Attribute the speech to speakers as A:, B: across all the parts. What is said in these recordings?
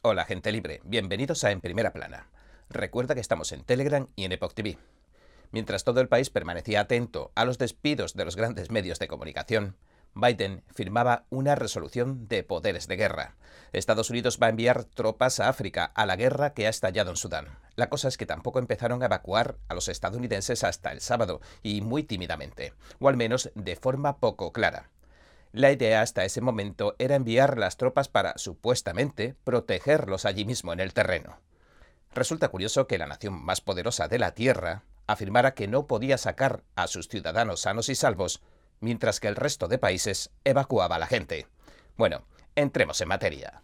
A: Hola gente libre, bienvenidos a En Primera Plana. Recuerda que estamos en Telegram y en Epoch TV. Mientras todo el país permanecía atento a los despidos de los grandes medios de comunicación, Biden firmaba una resolución de poderes de guerra. Estados Unidos va a enviar tropas a África a la guerra que ha estallado en Sudán. La cosa es que tampoco empezaron a evacuar a los estadounidenses hasta el sábado, y muy tímidamente, o al menos de forma poco clara. La idea hasta ese momento era enviar las tropas para, supuestamente, protegerlos allí mismo en el terreno. Resulta curioso que la nación más poderosa de la Tierra afirmara que no podía sacar a sus ciudadanos sanos y salvos, mientras que el resto de países evacuaba a la gente. Bueno, entremos en materia.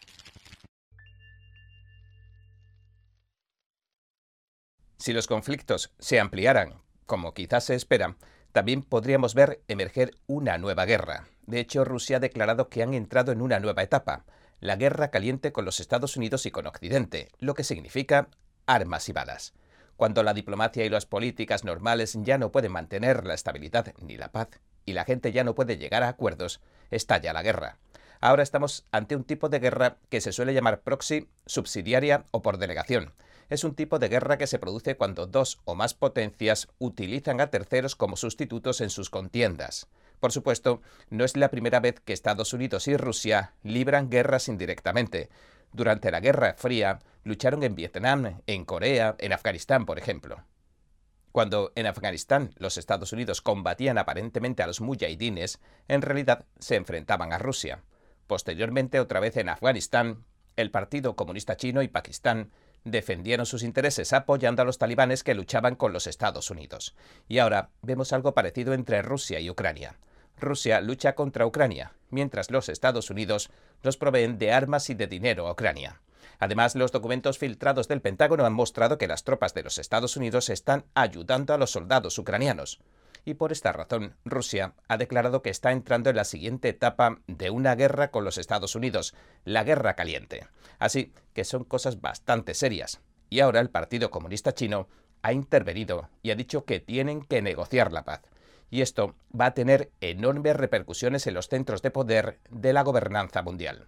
A: Si los conflictos se ampliaran, como quizás se espera, también podríamos ver emerger una nueva guerra. De hecho, Rusia ha declarado que han entrado en una nueva etapa, la guerra caliente con los Estados Unidos y con Occidente, lo que significa armas y balas. Cuando la diplomacia y las políticas normales ya no pueden mantener la estabilidad ni la paz, y la gente ya no puede llegar a acuerdos, estalla la guerra. Ahora estamos ante un tipo de guerra que se suele llamar proxy, subsidiaria o por delegación. Es un tipo de guerra que se produce cuando dos o más potencias utilizan a terceros como sustitutos en sus contiendas. Por supuesto, no es la primera vez que Estados Unidos y Rusia libran guerras indirectamente. Durante la Guerra Fría, lucharon en Vietnam, en Corea, en Afganistán, por ejemplo. Cuando en Afganistán los Estados Unidos combatían aparentemente a los muyahidines, en realidad se enfrentaban a Rusia. Posteriormente, otra vez en Afganistán, el Partido Comunista Chino y Pakistán defendieron sus intereses apoyando a los talibanes que luchaban con los Estados Unidos. Y ahora vemos algo parecido entre Rusia y Ucrania. Rusia lucha contra Ucrania, mientras los Estados Unidos los proveen de armas y de dinero a Ucrania. Además, los documentos filtrados del Pentágono han mostrado que las tropas de los Estados Unidos están ayudando a los soldados ucranianos. Y por esta razón, Rusia ha declarado que está entrando en la siguiente etapa de una guerra con los Estados Unidos, la guerra caliente. Así que son cosas bastante serias. Y ahora el Partido Comunista Chino ha intervenido y ha dicho que tienen que negociar la paz. Y esto va a tener enormes repercusiones en los centros de poder de la gobernanza mundial.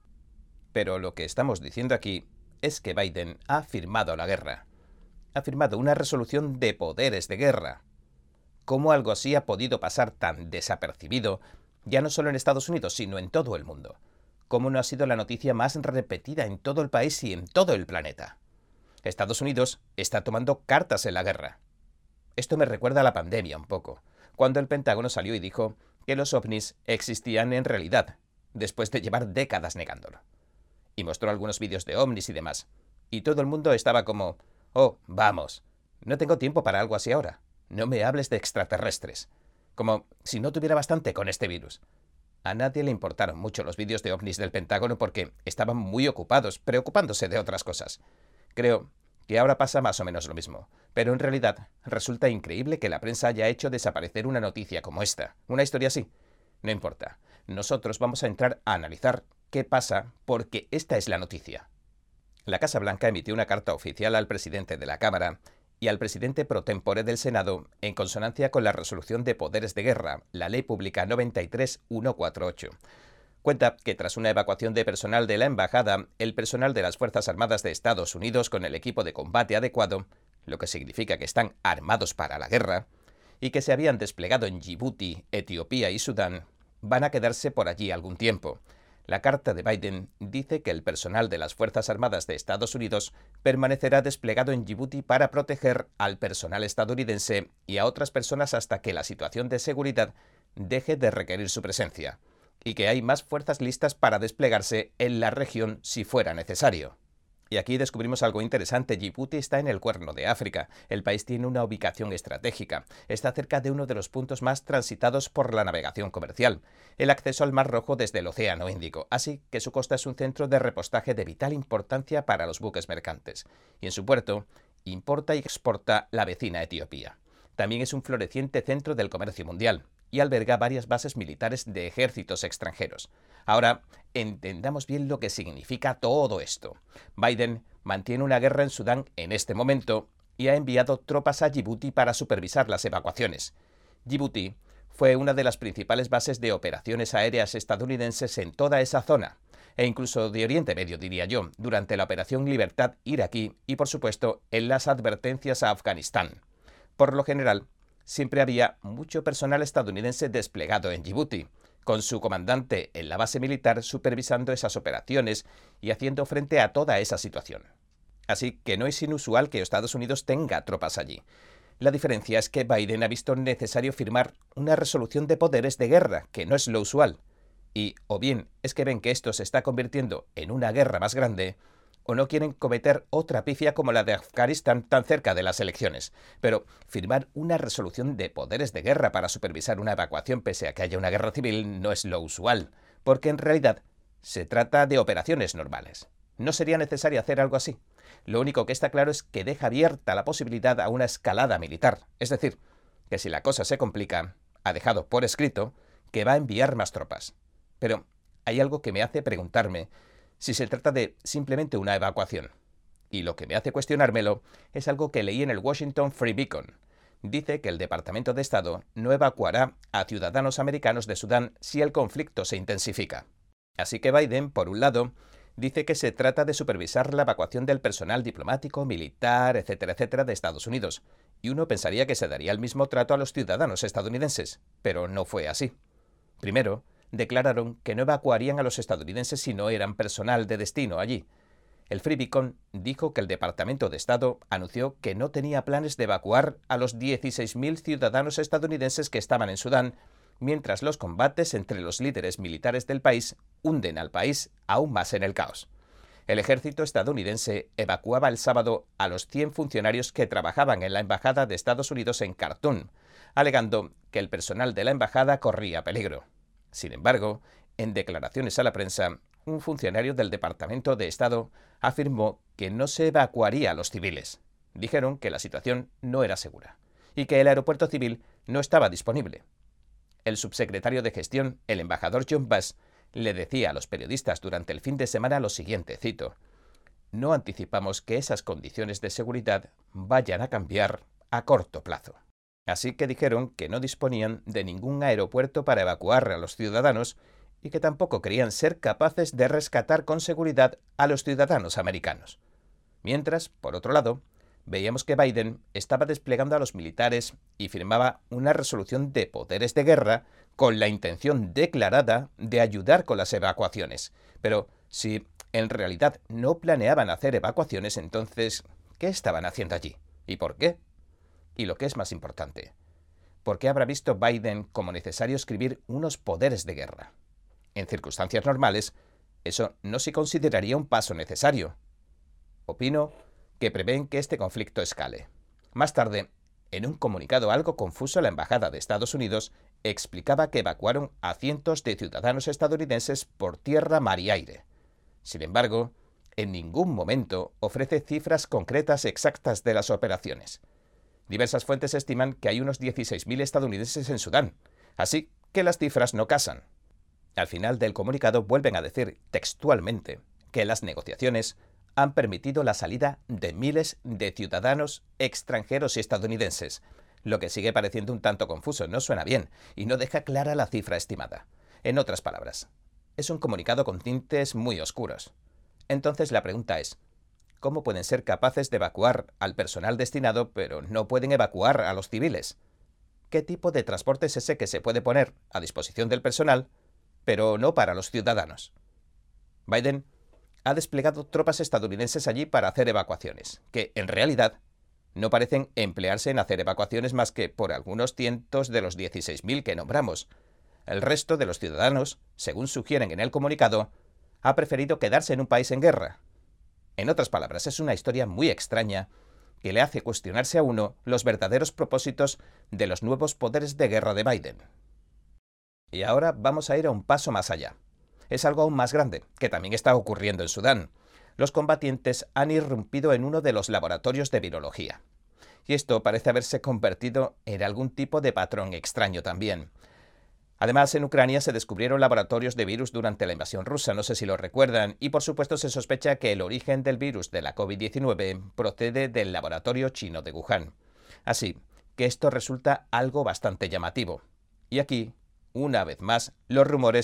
A: Pero lo que estamos diciendo aquí es que Biden ha firmado la guerra. Ha firmado una resolución de poderes de guerra. ¿Cómo algo así ha podido pasar tan desapercibido, ya no solo en Estados Unidos, sino en todo el mundo? ¿Cómo no ha sido la noticia más repetida en todo el país y en todo el planeta? Estados Unidos está tomando cartas en la guerra. Esto me recuerda a la pandemia un poco, cuando el Pentágono salió y dijo que los ovnis existían en realidad, después de llevar décadas negándolo. Y mostró algunos vídeos de ovnis y demás. Y todo el mundo estaba como, oh, vamos, no tengo tiempo para algo así ahora. No me hables de extraterrestres. Como si no tuviera bastante con este virus. A nadie le importaron mucho los vídeos de ovnis del Pentágono porque estaban muy ocupados, preocupándose de otras cosas. Creo que ahora pasa más o menos lo mismo. Pero en realidad resulta increíble que la prensa haya hecho desaparecer una noticia como esta. Una historia así. No importa. Nosotros vamos a entrar a analizar qué pasa porque esta es la noticia. La Casa Blanca emitió una carta oficial al presidente de la Cámara y al presidente pro tempore del Senado, en consonancia con la resolución de poderes de guerra, la Ley Pública 93148. Cuenta que tras una evacuación de personal de la embajada, el personal de las Fuerzas Armadas de Estados Unidos con el equipo de combate adecuado, lo que significa que están armados para la guerra, y que se habían desplegado en Djibouti, Etiopía y Sudán, van a quedarse por allí algún tiempo. La carta de Biden dice que el personal de las Fuerzas Armadas de Estados Unidos permanecerá desplegado en Djibouti para proteger al personal estadounidense y a otras personas hasta que la situación de seguridad deje de requerir su presencia, y que hay más fuerzas listas para desplegarse en la región si fuera necesario. Y aquí descubrimos algo interesante. Djibouti está en el Cuerno de África. El país tiene una ubicación estratégica. Está cerca de uno de los puntos más transitados por la navegación comercial, el acceso al Mar Rojo desde el Océano Índico. Así que su costa es un centro de repostaje de vital importancia para los buques mercantes. Y en su puerto importa y exporta la vecina Etiopía. También es un floreciente centro del comercio mundial y alberga varias bases militares de ejércitos extranjeros. Ahora, entendamos bien lo que significa todo esto. Biden mantiene una guerra en Sudán en este momento y ha enviado tropas a Djibouti para supervisar las evacuaciones. Djibouti fue una de las principales bases de operaciones aéreas estadounidenses en toda esa zona. e incluso de Oriente Medio, diría yo, durante la Operación Libertad iraquí y, por supuesto, en las advertencias a Afganistán. Por lo general, siempre había mucho personal estadounidense desplegado en Djibouti, con su comandante en la base militar supervisando esas operaciones y haciendo frente a toda esa situación. Así que no es inusual que Estados Unidos tenga tropas allí. La diferencia es que Biden ha visto necesario firmar una resolución de poderes de guerra, que no es lo usual. Y o bien es que ven que esto se está convirtiendo en una guerra más grande, o no quieren cometer otra pifia como la de Afganistán tan cerca de las elecciones. Pero firmar una resolución de poderes de guerra para supervisar una evacuación pese a que haya una guerra civil no es lo usual, porque en realidad se trata de operaciones normales. No sería necesario hacer algo así. Lo único que está claro es que deja abierta la posibilidad a una escalada militar. Es decir, que si la cosa se complica, ha dejado por escrito que va a enviar más tropas. Pero hay algo que me hace preguntarme si se trata de simplemente una evacuación. Y lo que me hace cuestionármelo es algo que leí en el Washington Free Beacon. Dice que el Departamento de Estado no evacuará a ciudadanos americanos de Sudán si el conflicto se intensifica. Así que Biden, por un lado, dice que se trata de supervisar la evacuación del personal diplomático, militar, etcétera, de Estados Unidos. Y uno pensaría que se daría el mismo trato a los ciudadanos estadounidenses, pero no fue así. Primero, declararon que no evacuarían a los estadounidenses si no eran personal de destino allí. El Free Beacon dijo que el Departamento de Estado anunció que no tenía planes de evacuar a los 16.000 ciudadanos estadounidenses que estaban en Sudán, mientras los combates entre los líderes militares del país hunden al país aún más en el caos. El ejército estadounidense evacuaba el sábado a los 100 funcionarios que trabajaban en la Embajada de Estados Unidos en Khartún, alegando que el personal de la embajada corría peligro. Sin embargo, en declaraciones a la prensa, un funcionario del Departamento de Estado afirmó que no se evacuaría a los civiles. Dijeron que la situación no era segura y que el aeropuerto civil no estaba disponible. El subsecretario de Gestión, el embajador John Bass, le decía a los periodistas durante el fin de semana lo siguiente, cito: «No anticipamos que esas condiciones de seguridad vayan a cambiar a corto plazo». Así que dijeron que no disponían de ningún aeropuerto para evacuar a los ciudadanos y que tampoco creían ser capaces de rescatar con seguridad a los ciudadanos americanos. Mientras, por otro lado, veíamos que Biden estaba desplegando a los militares y firmaba una resolución de poderes de guerra con la intención declarada de ayudar con las evacuaciones. Pero si en realidad no planeaban hacer evacuaciones, entonces, ¿qué estaban haciendo allí? ¿Y por qué? Y lo que es más importante, ¿por qué habrá visto Biden como necesario escribir unos poderes de guerra? En circunstancias normales, eso no se consideraría un paso necesario. Opino que prevén que este conflicto escale. Más tarde, en un comunicado algo confuso, la Embajada de Estados Unidos explicaba que evacuaron a cientos de ciudadanos estadounidenses por tierra, mar y aire. Sin embargo, en ningún momento ofrece cifras concretas exactas de las operaciones. Diversas fuentes estiman que hay unos 16.000 estadounidenses en Sudán, así que las cifras no casan. Al final del comunicado vuelven a decir textualmente que las negociaciones han permitido la salida de miles de ciudadanos extranjeros y estadounidenses, lo que sigue pareciendo un tanto confuso, no suena bien y no deja clara la cifra estimada. En otras palabras, es un comunicado con tintes muy oscuros. Entonces la pregunta es, ¿cómo pueden ser capaces de evacuar al personal destinado, pero no pueden evacuar a los civiles? ¿Qué tipo de transporte es ese que se puede poner a disposición del personal, pero no para los ciudadanos? Biden ha desplegado tropas estadounidenses allí para hacer evacuaciones, que en realidad no parecen emplearse en hacer evacuaciones más que por algunos cientos de los 16.000 que nombramos. El resto de los ciudadanos, según sugieren en el comunicado, ha preferido quedarse en un país en guerra. En otras palabras, es una historia muy extraña que le hace cuestionarse a uno los verdaderos propósitos de los nuevos poderes de guerra de Biden. Y ahora vamos a ir a un paso más allá. Es algo aún más grande, que también está ocurriendo en Sudán. Los combatientes han irrumpido en uno de los laboratorios de virología. Y esto parece haberse convertido en algún tipo de patrón extraño también. Además, en Ucrania se descubrieron laboratorios de virus durante la invasión rusa, no sé si lo recuerdan, y por supuesto se sospecha que el origen del virus de la COVID-19 procede del laboratorio chino de Wuhan. Así que esto resulta algo bastante llamativo. Y aquí, una vez más, los rumores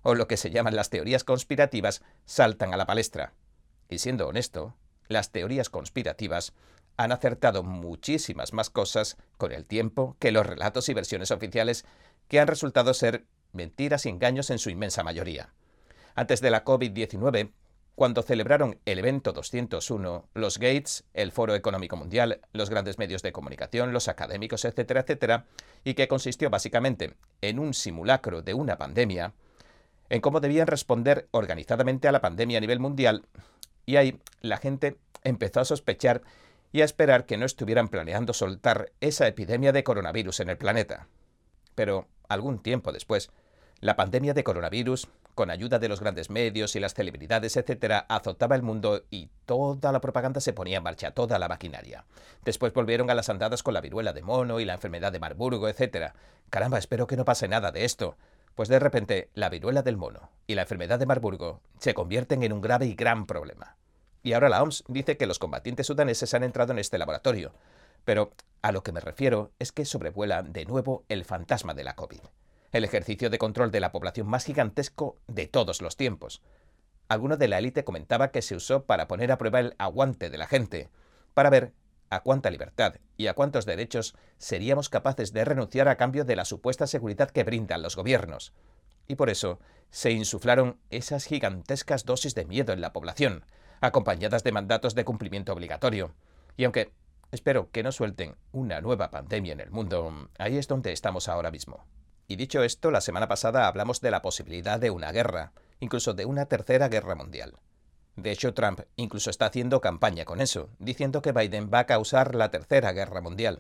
A: o lo que se llaman las teorías conspirativas, saltan a la palestra. Y siendo honesto, las teorías conspirativas han acertado muchísimas más cosas con el tiempo que los relatos y versiones oficiales, que han resultado ser mentiras y engaños en su inmensa mayoría. Antes de la COVID-19, cuando celebraron el evento 201, los Gates, el Foro Económico Mundial, los grandes medios de comunicación, los académicos, etcétera, etcétera, y que consistió básicamente en un simulacro de una pandemia, en cómo debían responder organizadamente a la pandemia a nivel mundial, y ahí la gente empezó a sospechar y a esperar que no estuvieran planeando soltar esa epidemia de coronavirus en el planeta. Pero algún tiempo después, la pandemia de coronavirus, con ayuda de los grandes medios y las celebridades, etcétera, azotaba el mundo y toda la propaganda se ponía en marcha, toda la maquinaria. Después volvieron a las andadas con la viruela de mono y la enfermedad de Marburgo, etcétera. Caramba, espero que no pase nada de esto. Pues de repente, la viruela del mono y la enfermedad de Marburgo se convierten en un grave y gran problema. Y ahora la OMS dice que los combatientes sudaneses han entrado en este laboratorio. Pero a lo que me refiero es que sobrevuela de nuevo el fantasma de la COVID. El ejercicio de control de la población más gigantesco de todos los tiempos. Alguno de la élite comentaba que se usó para poner a prueba el aguante de la gente, para ver a cuánta libertad y a cuántos derechos seríamos capaces de renunciar a cambio de la supuesta seguridad que brindan los gobiernos. Y por eso se insuflaron esas gigantescas dosis de miedo en la población, acompañadas de mandatos de cumplimiento obligatorio. Y aunque espero que no suelten una nueva pandemia en el mundo, ahí es donde estamos ahora mismo. Y dicho esto, la semana pasada hablamos de la posibilidad de una guerra, incluso de una tercera guerra mundial. De hecho, Trump incluso está haciendo campaña con eso, diciendo que Biden va a causar la tercera guerra mundial.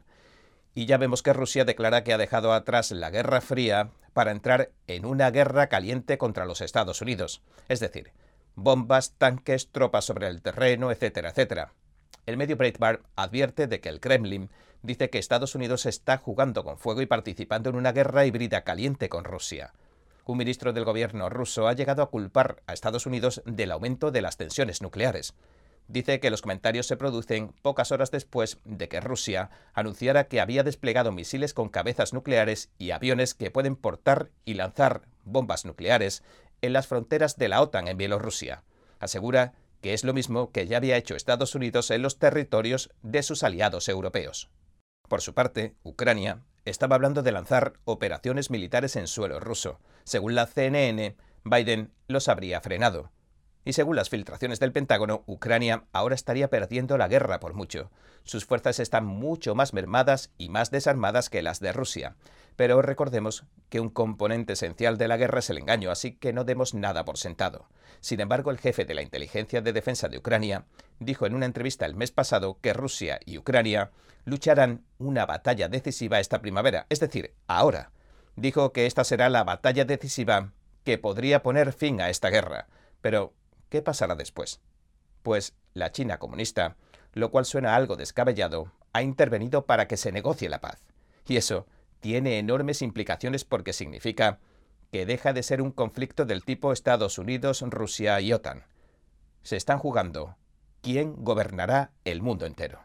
A: Y ya vemos que Rusia declara que ha dejado atrás la Guerra Fría para entrar en una guerra caliente contra los Estados Unidos. Es decir, bombas, tanques, tropas sobre el terreno, etcétera, etcétera. El medio Breitbart advierte de que el Kremlin dice que Estados Unidos está jugando con fuego y participando en una guerra híbrida caliente con Rusia. Un ministro del gobierno ruso ha llegado a culpar a Estados Unidos del aumento de las tensiones nucleares. Dice que los comentarios se producen pocas horas después de que Rusia anunciara que había desplegado misiles con cabezas nucleares y aviones que pueden portar y lanzar bombas nucleares en las fronteras de la OTAN en Bielorrusia. Asegura que es lo mismo que ya había hecho Estados Unidos en los territorios de sus aliados europeos. Por su parte, Ucrania estaba hablando de lanzar operaciones militares en suelo ruso. Según la CNN, Biden los habría frenado. Y según las filtraciones del Pentágono, Ucrania ahora estaría perdiendo la guerra por mucho. Sus fuerzas están mucho más mermadas y más desarmadas que las de Rusia. Pero recordemos que un componente esencial de la guerra es el engaño, así que no demos nada por sentado. Sin embargo, el jefe de la Inteligencia de Defensa de Ucrania dijo en una entrevista el mes pasado que Rusia y Ucrania lucharán una batalla decisiva esta primavera, es decir, ahora. Dijo que esta será la batalla decisiva que podría poner fin a esta guerra. Pero ¿qué pasará después? Pues la China comunista, lo cual suena algo descabellado, ha intervenido para que se negocie la paz. Y eso tiene enormes implicaciones porque significa que deja de ser un conflicto del tipo Estados Unidos, Rusia y OTAN. Se están jugando quién gobernará el mundo entero.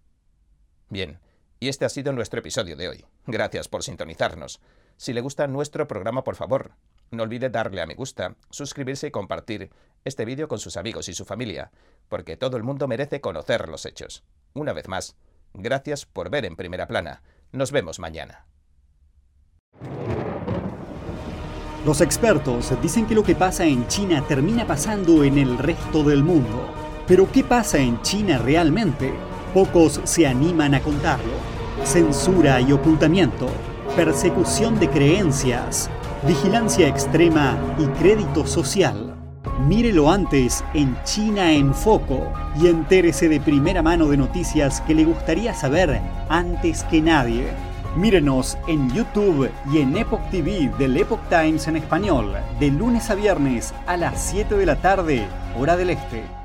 A: Bien, y este ha sido nuestro episodio de hoy. Gracias por sintonizarnos. Si le gusta nuestro programa, por favor, no olvide darle a me gusta, suscribirse y compartir este vídeo con sus amigos y su familia, porque todo el mundo merece conocer los hechos. Una vez más, gracias por ver En Primera Plana. Nos vemos mañana.
B: Los expertos dicen que lo que pasa en China termina pasando en el resto del mundo. Pero ¿qué pasa en China realmente? Pocos se animan a contarlo. Censura y ocultamiento, persecución de creencias, vigilancia extrema y crédito social. Mírelo antes en China en Foco y entérese de primera mano de noticias que le gustaría saber antes que nadie. Mírenos en YouTube y en Epoch TV del Epoch Times en español, de lunes a viernes a las 7 de la tarde, hora del este.